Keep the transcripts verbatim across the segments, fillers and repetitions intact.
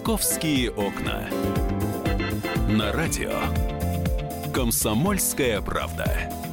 «Московские окна». На радио «Комсомольская правда».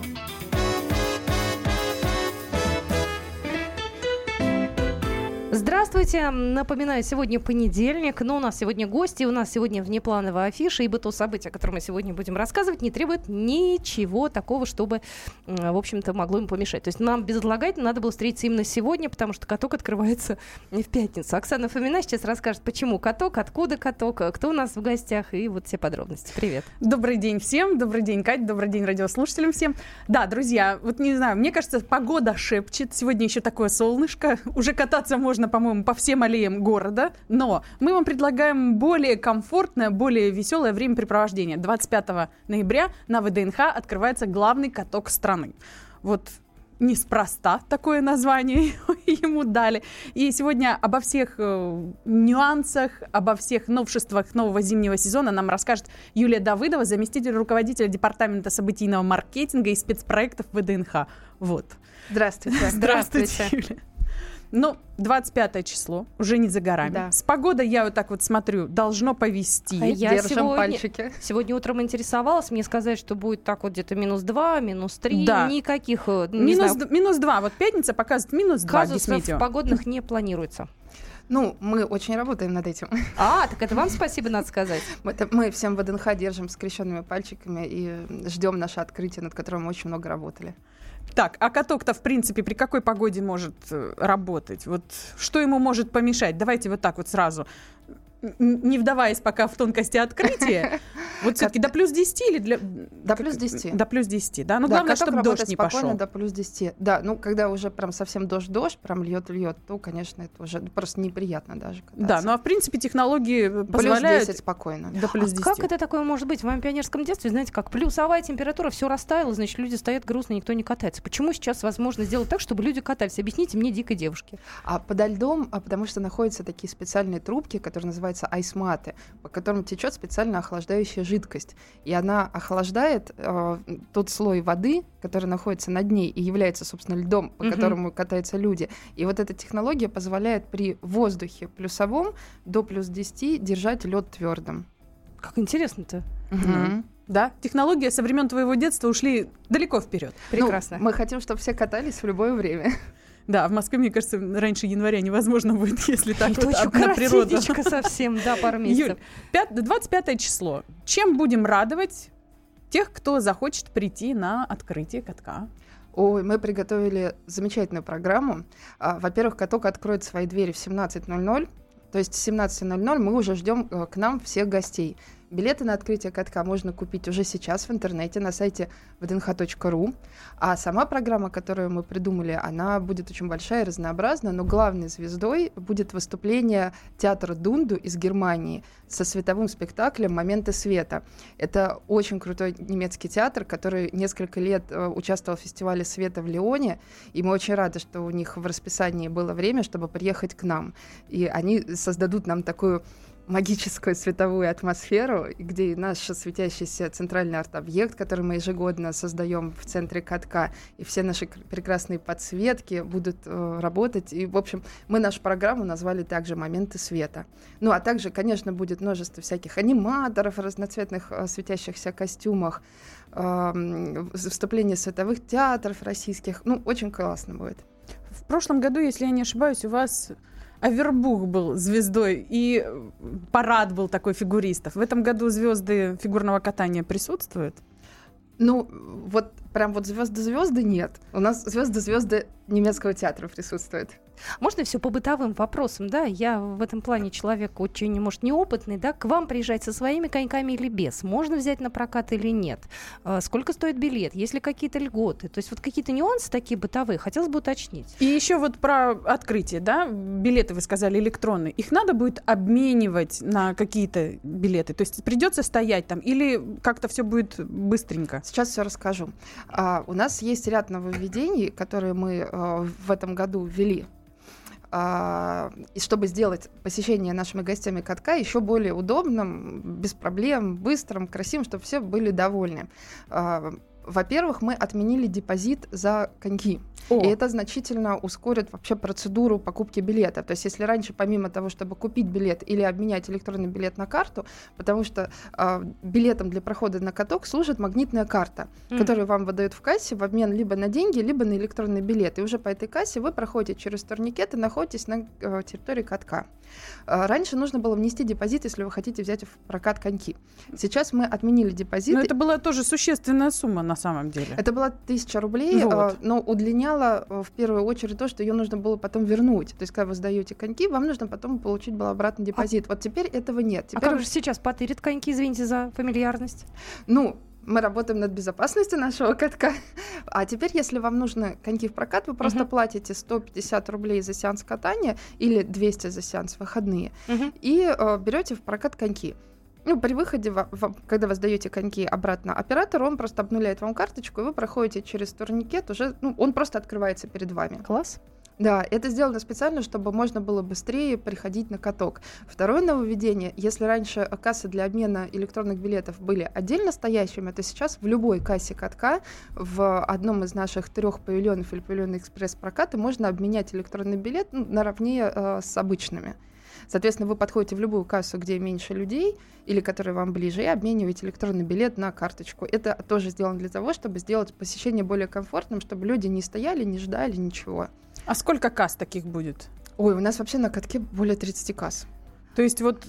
Здравствуйте. Напоминаю, сегодня понедельник, но у нас сегодня гости, у нас сегодня внеплановая афиша, ибо то событие, о котором мы сегодня будем рассказывать, не требует ничего такого, чтобы, в общем-то, могло им помешать. То есть нам безотлагательно надо было встретиться именно сегодня, потому что каток открывается в пятницу. Оксана Фомина сейчас расскажет, почему каток, откуда каток, кто у нас в гостях и вот все подробности. Привет. Добрый день всем, добрый день, Кать, добрый день радиослушателям всем. Да, друзья, вот не знаю, мне кажется, погода шепчет, сегодня еще такое солнышко, уже кататься можно, по-моему, по всем аллеям города, но мы вам предлагаем более комфортное, более веселое времяпрепровождение. двадцать пятого ноября на вэ дэ эн ха открывается главный каток страны. Вот неспроста такое название ему дали. И сегодня обо всех э, нюансах, обо всех новшествах нового зимнего сезона нам расскажет Юлия Давыдова, заместитель руководителя департамента событийного маркетинга и спецпроектов вэ дэ эн ха. Вот. Здравствуйте. Здравствуйте, Юля. Ну, двадцать пятое число, уже не за горами. Да. С погодой, я вот так вот смотрю, должно повести. А я Держим сегодня, пальчики. Сегодня утром интересовалась, мне сказали, что будет так вот где-то минус два, минус три, да. Никаких, не минус, знаю. минус два, вот пятница показывает минус два. Казусов погодных не планируется. Ну, мы очень работаем над этим. А, так это вам спасибо, надо сказать. Это мы всем вэ дэ эн ха держим скрещенными пальчиками и ждем наше открытие, над которым мы очень много работали. Так, а каток-то, в принципе, при какой погоде может э, работать? Вот что ему может помешать? Давайте вот так вот сразу, не вдаваясь пока в тонкости открытия, вот все-таки до плюс десяти или для... До плюс десяти. До плюс десяти, да? Ну, главное, чтобы дождь не пошел. До плюс десяти. Да, ну, когда уже прям совсем дождь-дождь, прям льет-льет, то, конечно, это уже просто неприятно даже кататься. Да, ну, а в принципе технологии позволяют... Плюс десять спокойно. До плюс десяти. А как это такое может быть? В моем пионерском детстве, знаете, как плюсовая температура, все растаяло, значит, люди стоят грустно, никто не катается. Почему сейчас возможно сделать так, чтобы люди катались? Объясните мне, дикой девушке. А подо льдом, а потому что находятся такие специальные трубки, которые называются айсматы, по которым течет специально охлаждающая жидкость. И она охлаждает э, тот слой воды, который находится над ней и является, собственно, льдом, по uh-huh. которому катаются люди. И вот эта технология позволяет при воздухе плюсовом до плюс десяти держать лед твердым. Как интересно-то. Uh-huh. Да, технологии со времен твоего детства ушли далеко вперед. Прекрасно. Ну, мы хотим, чтобы все катались в любое время. Да, в Москве, мне кажется, раньше января невозможно будет, если так это вот очень одна природа. Коротенечко совсем, да, пару месяцев. Юль, двадцать пятое число. Чем будем радовать тех, кто захочет прийти на открытие катка? Ой, мы приготовили замечательную программу. Во-первых, каток откроет свои двери в семнадцать ноль ноль. То есть в семнадцать ноль ноль мы уже ждем к нам всех гостей. Билеты на открытие катка можно купить уже сейчас в интернете на сайте вэ дэ эн ха точка ру. А сама программа, которую мы придумали, она будет очень большая и разнообразная, но главной звездой будет выступление театра Дунду из Германии со световым спектаклем «Моменты света». Это очень крутой немецкий театр, который несколько лет э, участвовал в фестивале света в Лионе, и мы очень рады, что у них в расписании было время, чтобы приехать к нам. И они создадут нам такую магическую световую атмосферу, где наш светящийся центральный арт-объект, который мы ежегодно создаем в центре катка, и все наши прекрасные подсветки будут э, работать. И, в общем, мы нашу программу назвали также «Моменты света». Ну, а также, конечно, будет множество всяких аниматоров в разноцветных э, светящихся костюмах, э, выступления световых театров российских. Ну, очень классно будет. В прошлом году, если я не ошибаюсь, у вас... Авербух был звездой, и парад был такой фигуристов. В этом году звезды фигурного катания присутствуют? Ну, вот прям вот звезды-звезды нет. У нас звезды-звезды немецкого театра присутствуют. Можно все по бытовым вопросам, да? Я в этом плане человек очень, может, неопытный, да? К вам приезжать со своими коньками или без? Можно взять на прокат или нет? Сколько стоит билет? Есть ли какие-то льготы? То есть вот какие-то нюансы такие бытовые хотелось бы уточнить. И еще вот про открытие, да? Билеты, вы сказали, электронные. Их надо будет обменивать на какие-то билеты? То есть придется стоять там или как-то все будет быстренько? Сейчас все расскажу. А, у нас есть ряд нововведений, которые мы а, в этом году ввели. И чтобы сделать посещение нашими гостями катка еще более удобным, без проблем, быстрым, красивым, чтобы все были довольны. Во-первых, мы отменили депозит за коньки. О. И это значительно ускорит вообще процедуру покупки билета. То есть если раньше, помимо того, чтобы купить билет или обменять электронный билет на карту, потому что э, билетом для прохода на каток служит магнитная карта, mm. которую вам выдают в кассе в обмен либо на деньги, либо на электронный билет. И уже по этой кассе вы проходите через турникет и находитесь на э, территории катка. Э, раньше нужно было внести депозит, если вы хотите взять в прокат коньки. Сейчас мы отменили депозит. Но это была тоже существенная сумма на самом деле. Это была тысяча рублей, вот. э, но удлиняла в первую очередь то, что ее нужно было потом вернуть. То есть, когда вы сдаете коньки, вам нужно потом получить был обратно депозит. А... Вот теперь этого нет. Теперь... А как же сейчас потырят коньки, извините за фамильярность? Ну, мы работаем над безопасностью нашего катка. А теперь, если вам нужны коньки в прокат, вы просто uh-huh. платите сто пятьдесят рублей за сеанс катания или двести за сеанс выходные uh-huh. и э, берете в прокат коньки. Ну, при выходе, в, в, когда вы сдаете коньки обратно оператору, он просто обнуляет вам карточку, и вы проходите через турникет, уже, ну, он просто открывается перед вами. Класс. Да, это сделано специально, чтобы можно было быстрее приходить на каток. Второе нововведение: если раньше кассы для обмена электронных билетов были отдельно стоящими, то сейчас в любой кассе катка в одном из наших трех павильонов или павильона экспресс-проката можно обменять электронный билет, ну, наравне э, с обычными. Соответственно, вы подходите в любую кассу, где меньше людей или которые вам ближе, и обмениваете электронный билет на карточку. Это тоже сделано для того, чтобы сделать посещение более комфортным, чтобы люди не стояли, не ждали ничего. А сколько касс таких будет? Ой, у нас вообще на катке более тридцать касс. То есть вот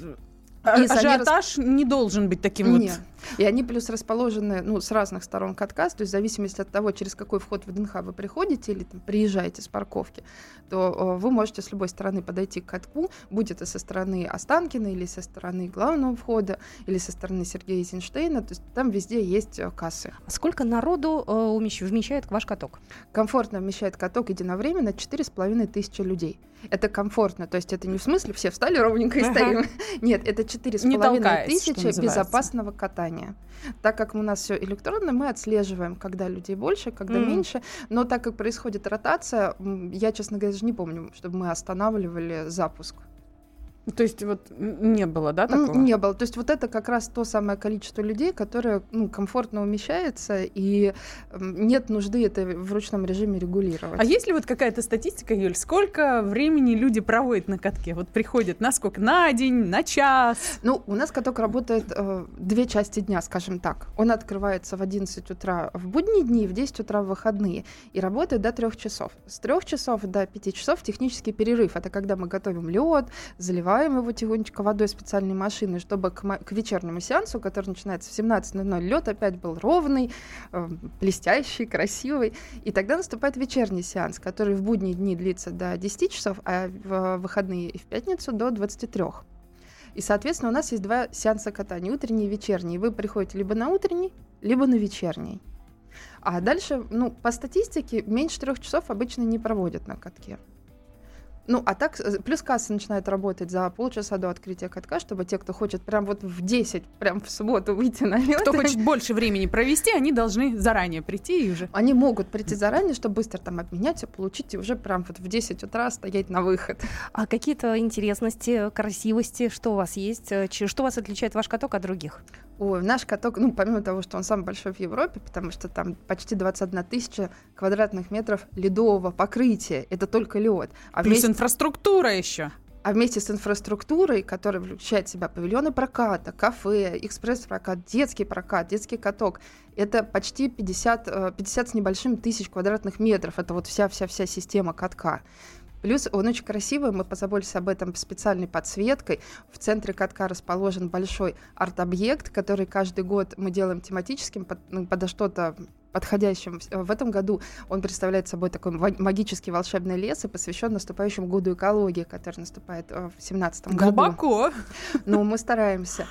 ажиотаж расп... не должен быть таким Нет. вот... И они плюс расположены, ну, с разных сторон катка, то есть в зависимости от того, через какой вход в ДНХ вы приходите или там, приезжаете с парковки, то о, вы можете с любой стороны подойти к катку, будь это со стороны Останкина или со стороны главного входа, или со стороны Сергея Эйзенштейна, то есть там везде есть о, кассы. А сколько народу э, вмещает ваш каток? Комфортно вмещает каток единовременно четыре с половиной тысячи людей. Это комфортно, то есть это не в смысле все встали ровненько и ага. стоим. Нет, это четыре с половиной тысячи безопасного катания. Так как у нас все электронно, мы отслеживаем, когда людей больше, когда mm. меньше. Но так как происходит ротация, я, честно говоря, даже не помню, чтобы мы останавливали запуск. То есть вот не было, да, такого? Не было. То есть вот это как раз то самое количество людей, которое, ну, комфортно умещается, и нет нужды это в ручном режиме регулировать. А есть ли вот какая-то статистика, Юль, сколько времени люди проводят на катке? Вот приходят на сколько? На день, на час? Ну, у нас каток работает э, две части дня, скажем так. Он открывается в одиннадцать утра в будние дни, в десять утра в выходные, и работает до трех часов. С трех часов до пяти часов технический перерыв. Это когда мы готовим лед, заливаем его тихонечко водой специальной машины, чтобы к, мо- к вечернему сеансу, который начинается в семнадцать ноль ноль, лед опять был ровный, э, блестящий, красивый. И тогда наступает вечерний сеанс, который в будние дни длится до десяти часов, а в выходные и в пятницу до двадцати трёх. И, соответственно, у нас есть два сеанса катания, утренний и вечерний. Вы приходите либо на утренний, либо на вечерний. А дальше, ну, по статистике, меньше трех часов обычно не проводят на катке. Ну, а так, плюс касса начинает работать за полчаса до открытия катка, чтобы те, кто хочет прям вот в десять, прям в субботу выйти на лед. Кто хочет больше времени провести, они должны заранее прийти и уже... Они могут прийти заранее, чтобы быстро там обменять, получить и уже прям вот в десять утра стоять на выход. А какие-то интересности, красивости, что у вас есть? Что вас отличает ваш каток от других? Ой, наш каток, ну, помимо того, что он самый большой в Европе, потому что там почти двадцать одна тысяча квадратных метров ледового покрытия. Это только лед. А Плюс вместе... инфраструктура еще. А вместе с инфраструктурой, которая включает в себя павильоны проката, кафе, экспресс-прокат, детский прокат, детский каток, это почти пятьдесят, пятьдесят с небольшим тысяч квадратных метров. Это вот вся-вся-вся система катка. Плюс он очень красивый, мы позаботились об этом специальной подсветкой. В центре катка расположен большой арт-объект, который каждый год мы делаем тематическим, под, ну, подо что-то подходящим. В этом году он представляет собой такой магический волшебный лес и посвящен наступающему году экологии, который наступает в семнадцатом году. Глубоко! Ну, мы стараемся.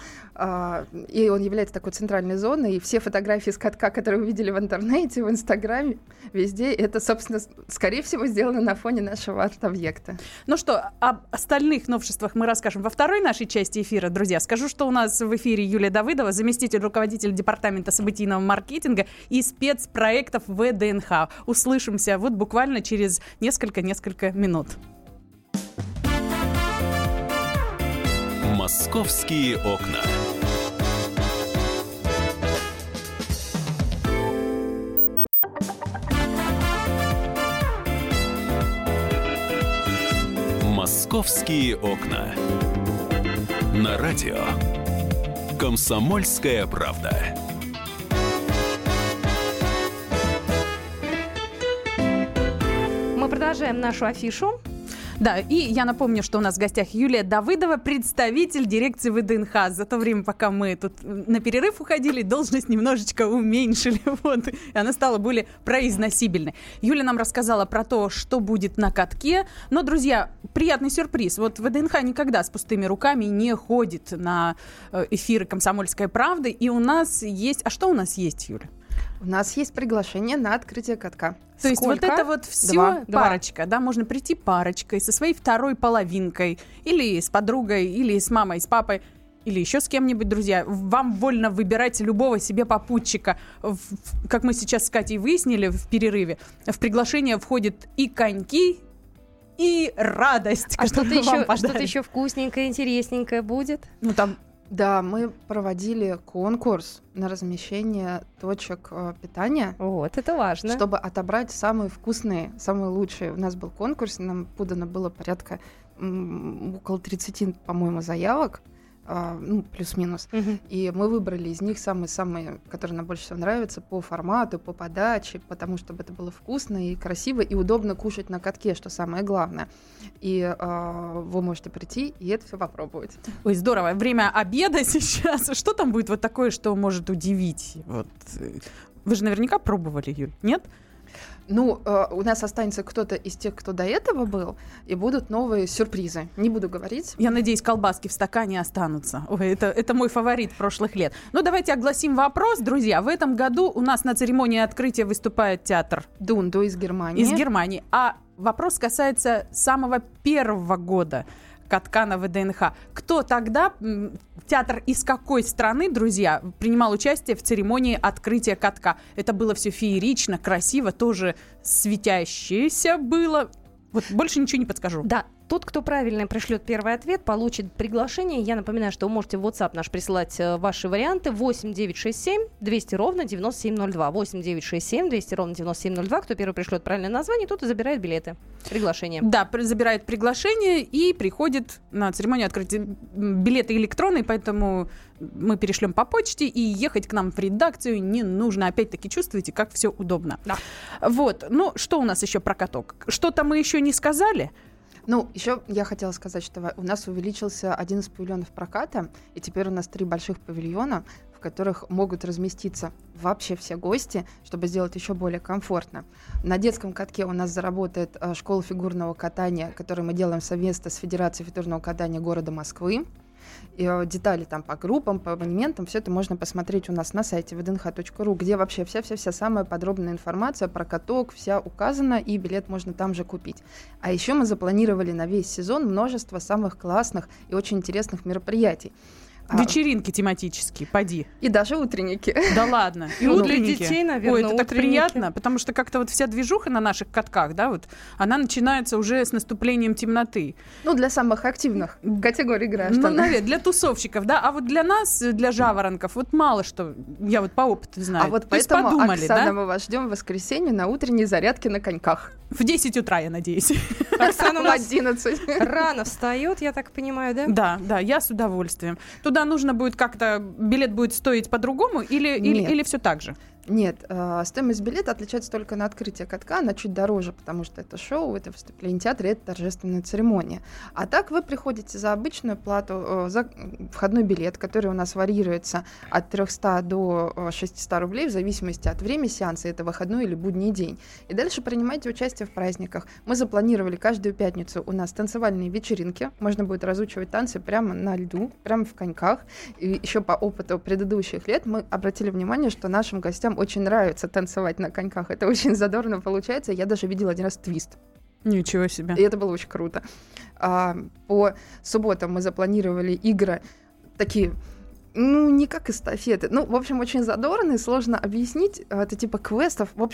И он является такой центральной зоной, и все фотографии с катка, которые вы видели в интернете, в Инстаграме, везде, это, собственно, скорее всего, сделано на фоне нашего арт-объекта. Ну что, об остальных новшествах мы расскажем во второй нашей части эфира, друзья. Скажу, что у нас в эфире Юлия Давыдова, заместитель руководителя департамента событийного маркетинга и спецпроектов вэ дэ эн ха. Услышимся вот буквально через несколько-несколько минут. Московские окна. «Московские окна». На радио «Комсомольская правда». Мы продолжаем нашу афишу. Да, и я напомню, что у нас в гостях Юлия Давыдова, представитель дирекции ВДНХ. За то время, пока мы тут на перерыв уходили, должность немножечко уменьшили. Вот, и она стала более произносибельной. Юля нам рассказала про то, что будет на катке. Но, друзья, приятный сюрприз. Вот ВДНХ никогда с пустыми руками не ходит на эфиры «Комсомольской правды». И у нас есть... А что у нас есть, Юля? У нас есть приглашение на открытие катка. То есть Сколько? вот это вот все Два. парочка, да, можно прийти парочкой со своей второй половинкой, или с подругой, или с мамой, с папой, или еще с кем-нибудь, друзья. Вам вольно выбирать любого себе попутчика. В- в- как мы сейчас с Катей выяснили в перерыве, в приглашение входят и коньки, и радость, А что-то которую вам еще, что-то подарят. еще вкусненькое, интересненькое будет? Ну, там Да, мы проводили конкурс на размещение точек э, питания, Вот, это важно. чтобы отобрать самые вкусные, самые лучшие. У нас был конкурс, нам подано было порядка м, около тридцати, по-моему, заявок, а, ну, плюс-минус. Мгм. И мы выбрали из них самые-самые, которые нам больше всего нравятся, по формату, по подаче, потому чтобы это было вкусно и красиво, и удобно кушать на катке, что самое главное. И а, вы можете прийти и это все попробовать. Ой, здорово. Время обеда сейчас. Что там будет вот такое, что может удивить? Вот. э, Вы же наверняка пробовали, Юль, нет? Ну, э, у нас останется кто-то из тех, кто до этого был, и будут новые сюрпризы. Не буду говорить. Я надеюсь, колбаски в стакане останутся. Ой, это, это мой фаворит прошлых лет. Ну, давайте огласим вопрос, друзья. В этом году у нас на церемонии открытия выступает театр Дунду из Германии. из Германии. А вопрос касается самого первого года катка на ВДНХ. Кто тогда, м, театр из какой страны, друзья, принимал участие в церемонии открытия катка? Это было все феерично, красиво, тоже светящееся было. Вот больше ничего не подскажу. Да, тот, кто правильно пришлет первый ответ, получит приглашение. Я напоминаю, что вы можете в WhatsApp наш присылать э, ваши варианты. восемь девятьсот шестьдесят семь двести ровно девяносто семь ноль два. восемь девятьсот шестьдесят семь двести ровно девяносто семь ноль два. Кто первый пришлет правильное название, тот и забирает билеты. Приглашение. Да, при- забирает приглашение и приходит на церемонию открытия. М, Билеты электронные, поэтому мы перешлем по почте, и ехать к нам в редакцию не нужно. Опять-таки чувствуете, как все удобно. Да. Вот. Ну, что у нас еще про каток? Что-то мы еще не сказали? Ну, еще я хотела сказать, что во- у нас увеличился один из павильонов проката, и теперь у нас три больших павильона, в которых могут разместиться вообще все гости, чтобы сделать еще более комфортно. На детском катке у нас заработает э, школа фигурного катания, которую мы делаем совместно с Федерацией фигурного катания города Москвы. И э, детали там по группам, по абонементам, все это можно посмотреть у нас на сайте вэ дэ эн ха точка ру, где вообще вся-вся-вся самая подробная информация про каток, вся указана, и билет можно там же купить. А еще мы запланировали на весь сезон множество самых классных и очень интересных мероприятий. А, Вечеринки тематические, поди. и даже утренники. Да ладно. И Ну, для утренники. детей, наверное, Ой, это так утренники. приятно, потому что как-то вот вся движуха на наших катках, да, вот, она начинается уже с наступлением темноты. Ну, для самых активных категорий граждан. Ну, наверное, для тусовщиков, да, а вот для нас, для жаворонков, вот мало что, я вот по опыту знаю. А вот То есть поэтому, подумали, Оксана, да? мы вас ждем в воскресенье на утренней зарядке на коньках. В десять утра, я надеюсь. Оксана у В нас одиннадцать. рано встает, я так понимаю, да? Да, да, я с удовольствием. Туда нужно будет как-то, билет будет стоить по-другому или, или, Нет. или все так же? Нет, э, стоимость билета отличается только на открытие катка, она чуть дороже, потому что это шоу, это выступление театра, это торжественная церемония. А так вы приходите за обычную плату, э, за входной билет, который у нас варьируется от трехсот до э, шестисот рублей, в зависимости от времени сеанса, это выходной или будний день. И дальше принимайте участие в праздниках. Мы запланировали каждую пятницу у нас танцевальные вечеринки, можно будет разучивать танцы прямо на льду, прямо в коньках. И еще по опыту предыдущих лет мы обратили внимание, что нашим гостям очень нравится танцевать на коньках. Это очень задорно получается. Я даже видела один раз твист. Ничего себе. И это было очень круто. А, по субботам мы запланировали игры такие, ну, не как эстафеты. Ну, в общем, очень задорные, сложно объяснить. Это типа квестов. В общем,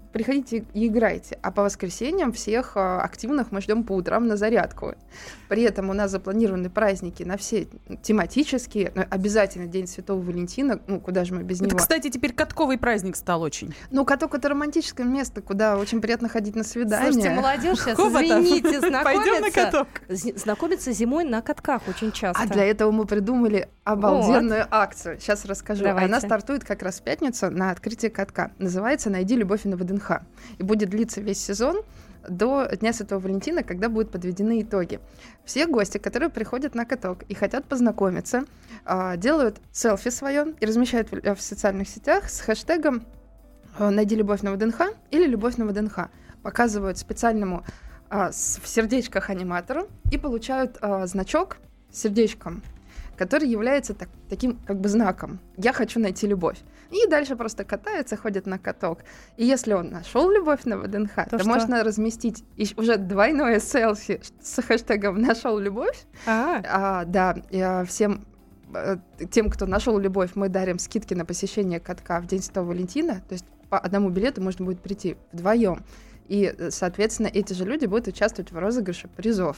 приходите и играйте. А по воскресеньям всех а, активных мы ждем по утрам на зарядку. При этом у нас запланированы праздники на все тематические. Ну, обязательно День Святого Валентина. Ну, куда же мы без Это, него? кстати, теперь катковый праздник стал очень. Ну, каток — это романтическое место, куда очень приятно ходить на свидание. Слушайте, молодежь сейчас, Хоботов. извините, Пойдем на знакомится, каток. з- знакомится зимой на катках очень часто. А для этого мы придумали обалденную акцию. Сейчас расскажу. Давайте. Она стартует как раз в пятницу на открытии катка. Называется «Найди любовь на ВДНХ». И будет длиться весь сезон до Дня Святого Валентина, когда будут подведены итоги. Все гости, которые приходят на каток и хотят познакомиться, а, делают селфи свое и размещают в, в социальных сетях с хэштегом «Найди любовь на ВДНХ» или «Любовь на ВДНХ». Показывают специальному а, с, в сердечках аниматору и получают а, значок с сердечком, который является так, таким как бы знаком «Я хочу найти любовь». И дальше просто катается, ходит на каток. И если он нашел любовь на ВДНХ, То то что? можно разместить ещё уже двойное селфи с хэштегом «Нашел любовь». А, А, да, и, а, всем э, тем, кто нашел любовь, мы дарим скидки на посещение катка в День Святого Валентина. То есть по одному билету можно будет прийти вдвоем. И, соответственно, эти же люди будут участвовать в розыгрыше призов.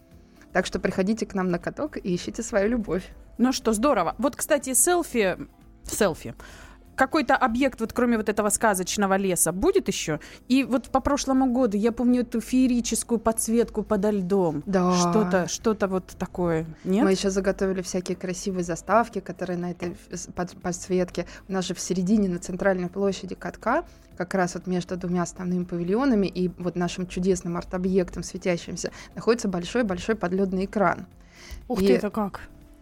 Так что приходите к нам на каток и ищите свою любовь. Ну что, здорово. Вот, кстати, селфи... Селфи. Какой-то объект, вот кроме вот этого сказочного леса, будет еще? И вот по прошлому году я помню эту феерическую подсветку подо льдом. Да. Что-то, что-то вот такое. Нет? Мы еще заготовили всякие красивые заставки, которые на этой с- под- подсветке. У нас же в середине, на центральной площади катка, как раз вот между двумя основными павильонами и вот нашим чудесным арт-объектом светящимся, находится большой-большой подледный экран. ух И- ты, это как?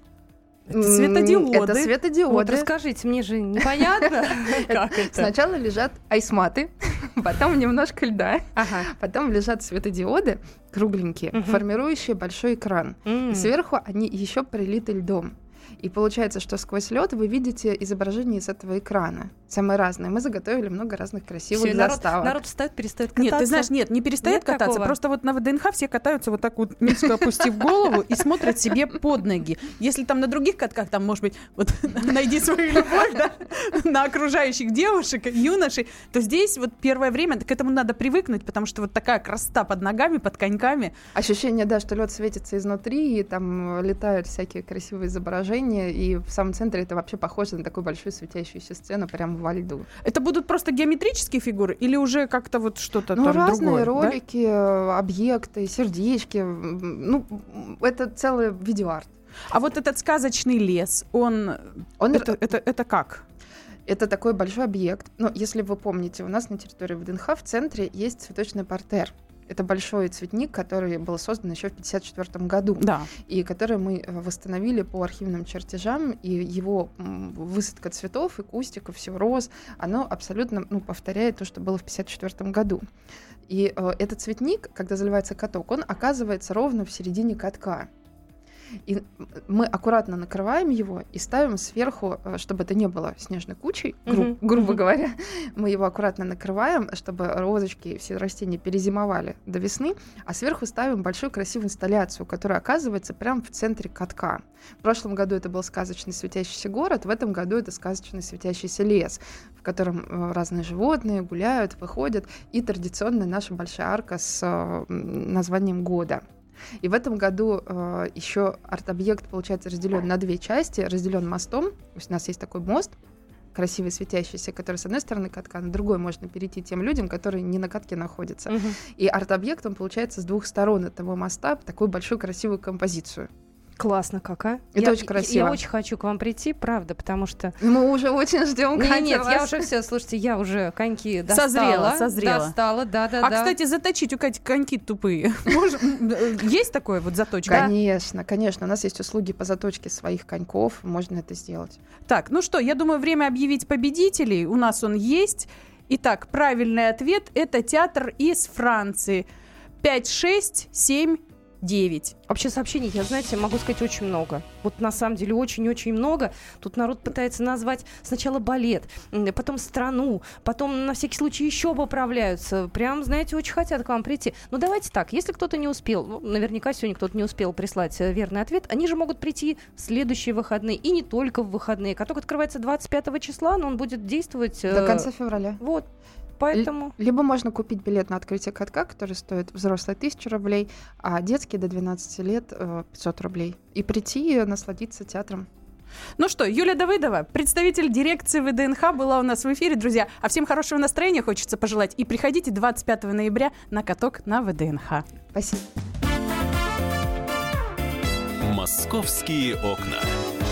Это светодиоды. Это светодиоды. Вот расскажите, мне же непонятно, как это. Сначала лежат айсматы, потом немножко льда, Ага. потом лежат светодиоды кругленькие, Мгм. формирующие большой экран. М. И сверху они еще прилиты льдом. И получается, что сквозь лед вы видите изображение из этого экрана. Самые разные. Мы заготовили много разных красивых Всё, и народ, заставок. народ встает, перестает кататься. Нет, ты знаешь, нет, не перестает Нет кататься. такого? Просто вот на ВДНХ все катаются вот так вот низко опустив голову и смотрят себе под ноги. Если там на других катках, там, может быть, вот найди свою любовь, да, на окружающих девушек, юношей, то здесь вот первое время к этому надо привыкнуть, потому что вот такая красота под ногами, под коньками. Ощущение, да, что лед светится изнутри, и там э, летают всякие красивые изображения, и в самом центре это вообще похоже на такую большую светящуюся сцену прямо во льду. Это будут просто геометрические фигуры или уже как-то вот что-то Ну, там разные другое? да? ролики, э, объекты, сердечки. м, Ну, м, это целый видеоарт. А вот этот сказочный лес, он... Он Это, это, это как? Это такой большой объект. Ну, если вы помните, у нас на территории ВДНХ в центре есть цветочный партер. Это большой цветник, который был создан еще в пятьдесят четвёртом году, Да. и который мы э, восстановили по архивным чертежам, и его м, высадка цветов и кустиков, все роз, оно абсолютно ну, повторяет то, что было в пятьдесят четвёртом году. И э, этот цветник, когда заливается каток, он оказывается ровно в середине катка. И мы аккуратно накрываем его и ставим сверху, э, чтобы это не было снежной кучей, гру- Мгм, грубо мгм. говоря. Мы его аккуратно накрываем, чтобы розочки и все растения перезимовали до весны, а сверху ставим большую красивую инсталляцию, которая оказывается прямо в центре катка. В прошлом году это был сказочный светящийся город, в этом году это сказочный светящийся лес, в котором э, разные животные гуляют, выходят, и традиционная наша большая арка с э, м, названием года. И в этом году э, еще арт-объект, получается, разделен на две части, разделен мостом. То есть у нас есть такой мост, красивый светящийся, который с одной стороны катка, на другой можно перейти тем людям, которые не на катке находятся. Мгм. И арт-объект, он получается с двух сторон этого моста, такую большую красивую композицию. Классно как, а? Это Я- очень красиво. Я очень хочу к вам прийти, правда, потому что... Мы уже очень ждем, Нет, Катя, нет, я вас. уже все, слушайте, я уже коньки достала. Созрела, созрела. Достала, да-да-да. А, кстати, заточить у Кати коньки тупые. Может, м, э, есть такое вот заточка? Конечно, конечно. У нас есть услуги по заточке своих коньков, можно это сделать. Так, ну что, я думаю, время объявить победителей. У нас он есть. Итак, правильный ответ – это театр из Франции. пять шесть семь девять. Вообще сообщений, я, знаете, могу сказать очень много. Вот на самом деле очень-очень много. Тут народ пытается назвать сначала балет, м, потом страну, потом на всякий случай еще поправляются. Прям, знаете, очень хотят к вам прийти. Ну давайте так, если кто-то не успел, ну, наверняка сегодня кто-то не успел прислать э, верный ответ, они же могут прийти в следующие выходные. И не только в выходные. Каток открывается двадцать пятого числа, но он будет действовать... э, До конца февраля. Вот. Поэтому... Либо можно купить билет на открытие катка, который стоит взрослый тысячу рублей, а детский до двенадцати лет пятьсот рублей. И прийти и насладиться театром. Ну что, Юлия Давыдова, представитель дирекции ВДНХ, была у нас в эфире, друзья. А всем хорошего настроения хочется пожелать. И приходите двадцать пятого ноября на каток на ВДНХ. Спасибо. «Московские окна».